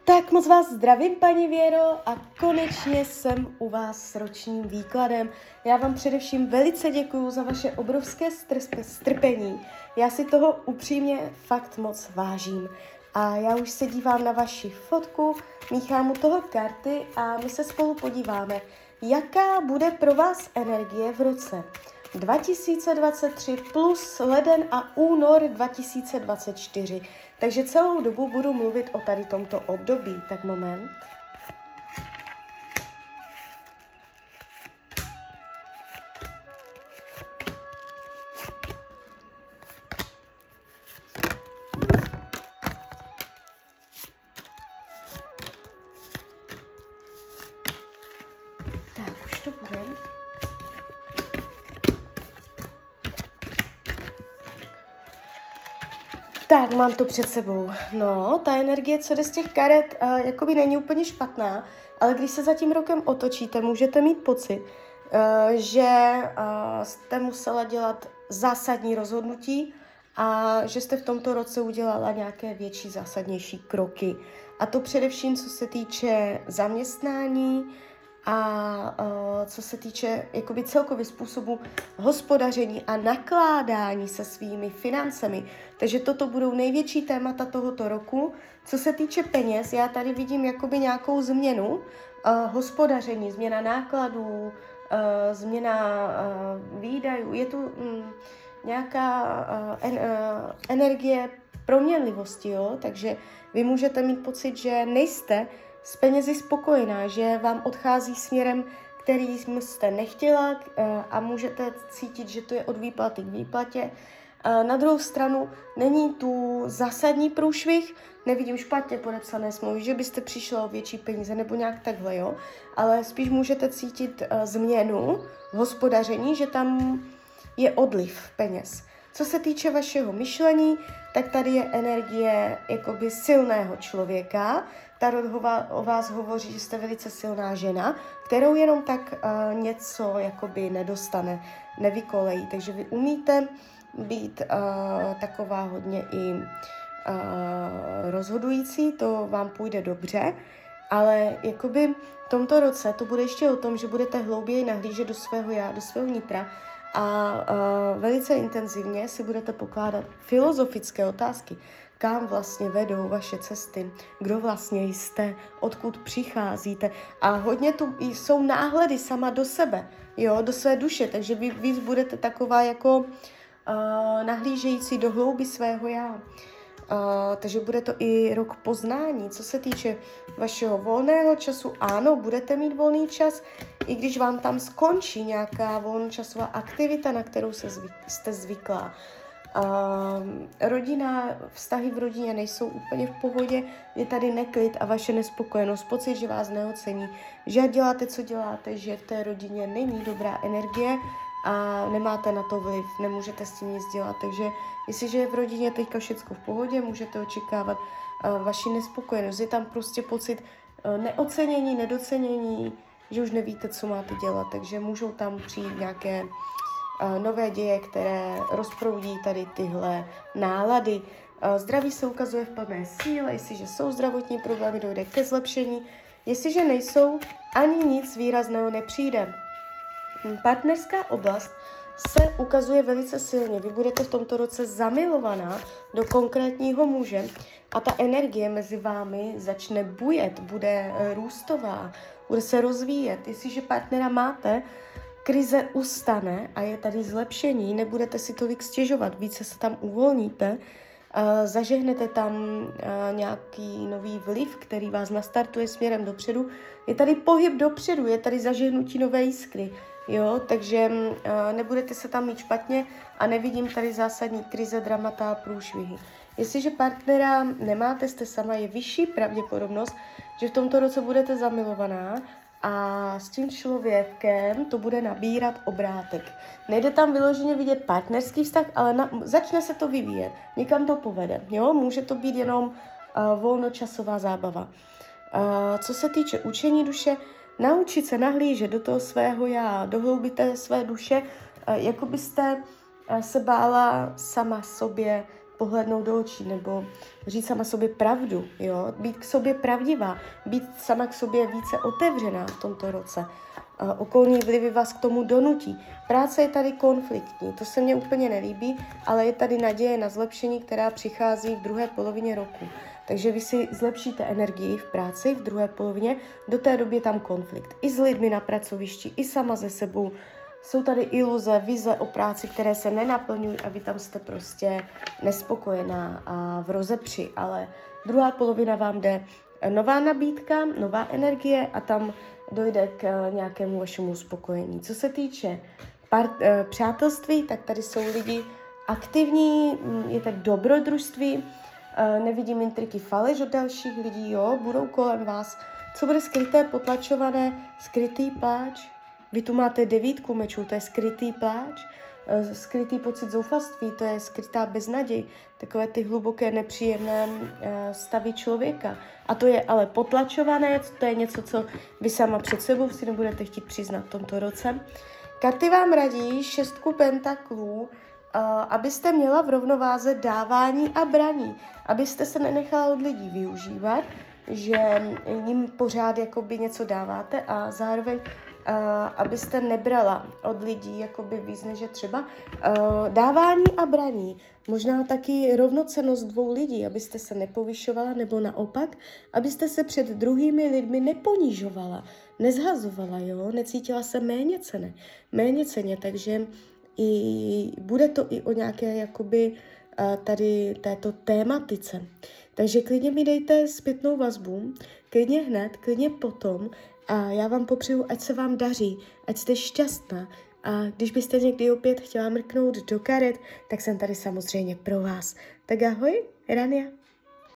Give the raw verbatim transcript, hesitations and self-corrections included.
Tak moc vás zdravím, paní Věro, a konečně jsem u vás s ročním výkladem. Já vám především velice děkuju za vaše obrovské str- strpení. Já si toho upřímně fakt moc vážím. A já už se dívám na vaši fotku, míchám u toho karty a my se spolu podíváme, jaká bude pro vás energie v roce dva tisíce dvacet tři plus leden a únor dva tisíce dvacet čtyři. Takže celou dobu budu mluvit o tady tomto období. Tak moment. Tak, už to bude. Tak, mám to před sebou. No, ta energie, co jde z těch karet, uh, jakoby není úplně špatná, ale když se za tím rokem otočíte, můžete mít pocit, uh, že uh, jste musela dělat zásadní rozhodnutí a že jste v tomto roce udělala nějaké větší, zásadnější kroky. A to především, co se týče zaměstnání a uh, co se týče jakoby celkově způsobu hospodaření a nakládání se svými financemi. Takže toto budou největší témata tohoto roku. Co se týče peněz, já tady vidím jakoby nějakou změnu uh, hospodaření, změna nákladů, uh, změna uh, výdajů. Je tu um, nějaká uh, en, uh, energie proměnlivosti, jo? Takže vy můžete mít pocit, že nejste s penězi spokojená, že vám odchází směrem, který jste nechtěla a můžete cítit, že to je od výplaty k výplatě. Na druhou stranu není tu zásadní průšvih, nevidím špatně podepsané smlouvy, že byste přišla o větší peníze nebo nějak takhle, jo, ale spíš můžete cítit změnu v hospodaření, že tam je odliv peněz. Co se týče vašeho myšlení, tak tady je energie jakoby silného člověka. Tarot o vás hovoří, že jste velice silná žena, kterou jenom tak uh, něco jakoby nedostane, nevykolejí. Takže vy umíte být uh, taková hodně i uh, rozhodující, to vám půjde dobře, ale jakoby v tomto roce to bude ještě o tom, že budete hlouběji nahlížet do svého já, do svého nitra, a uh, velice intenzivně si budete pokládat filozofické otázky, kam vlastně vedou vaše cesty, kdo vlastně jste, odkud přicházíte. A hodně tu jsou náhledy sama do sebe, jo, do své duše, takže vy, vy budete taková jako uh, nahlížející do hlouby svého já. Uh, takže bude to i rok poznání. Co se týče vašeho volného času, ano, budete mít volný čas, i když vám tam skončí nějaká volnočasová aktivita, na kterou se zvyk, jste zvyklá. Uh, rodina, vztahy v rodině nejsou úplně v pohodě, je tady neklid a vaše nespokojenost, pocit, že vás neocení, že děláte, co děláte, že v té rodině není dobrá energie a nemáte na to vliv, nemůžete s tím nic dělat. Takže jestliže je v rodině teďka všechno v pohodě, můžete očekávat uh, vaši nespokojenost. Je tam prostě pocit uh, neocenění, nedocenění, že už nevíte, co máte dělat. Takže můžou tam přijít nějaké uh, nové děje, které rozproudí tady tyhle nálady. Uh, zdraví se ukazuje v plné síle, jestliže jsou zdravotní problémy, dojde ke zlepšení. Jestliže nejsou, ani nic výrazného nepřijde. Partnerská oblast se ukazuje velice silně. Vy budete v tomto roce zamilovaná do konkrétního muže a ta energie mezi vámi začne bujet, bude růstová, bude se rozvíjet. Jestliže partnera máte, krize ustane a je tady zlepšení, nebudete si tolik stěžovat, více se tam uvolníte, zažehnete tam nějaký nový vliv, který vás nastartuje směrem dopředu. Je tady pohyb dopředu, je tady zažehnutí nové jiskry. Jo, takže uh, nebudete se tam mít špatně a nevidím tady zásadní krize, dramata a průšvihy. Jestliže partnera nemáte, jste sama, je vyšší pravděpodobnost, že v tomto roce budete zamilovaná a s tím člověkem to bude nabírat obrátek. Nejde tam vyloženě vidět partnerský vztah, ale na, začne se to vyvíjet, někam to povede. Jo? Může to být jenom uh, volnočasová zábava. Uh, co se týče učení duše, naučit se nahlížet do toho svého já, dohloubit té své duše, jako byste se bála sama sobě pohlednout do očí, nebo říct sama sobě pravdu, jo? Být k sobě pravdivá, být sama k sobě více otevřená v tomto roce. Uh, okolní vlivy vás k tomu donutí. Práce je tady konfliktní, to se mně úplně nelíbí, ale je tady naděje na zlepšení, která přichází v druhé polovině roku. Takže vy si zlepšíte energii v práci v druhé polovině, do té doby je tam konflikt. I s lidmi na pracovišti, i sama ze sebou. Jsou tady iluze, vize o práci, které se nenaplňují a vy tam jste prostě nespokojená a v rozepři, ale druhá polovina vám jde nová nabídka, nová energie a tam dojde k nějakému vašemu uspokojení. Co se týče part, přátelství, tak tady jsou lidi aktivní, je tak dobrodružství, nevidím intriky, faleš od dalších lidí, jo, budou kolem vás. Co bude skryté, potlačované, skrytý pláč? Vy tu máte devítku mečů, to je skrytý pláč, skrytý pocit zoufalství, to je skrytá beznaděj, takové ty hluboké nepříjemné stavy člověka. A to je ale potlačované, to je něco, co vy sama před sebou si nebudete chtít přiznat v tomto roce. Karty vám radí šestku pentaklů, abyste měla v rovnováze dávání a braní, abyste se nenechala od lidí využívat, že jim pořád jakoby něco dáváte a zároveň Uh, abyste nebrala od lidí jakoby víc, než je třeba. Uh, dávání a braní, možná taky rovnocennost dvou lidí, abyste se nepovyšovala, nebo naopak, abyste se před druhými lidmi neponižovala, nezhazovala, jo, necítila se méněcenně, méněcenně, takže i bude to i o nějaké jakoby uh, tady této tématice. Takže klidně mi dejte zpětnou vazbu, klidně hned, klidně potom, a já vám popřeju, ať se vám daří, ať jste šťastná. A když byste někdy opět chtěla mrknout do karet, tak jsem tady samozřejmě pro vás. Tak ahoj, Rania.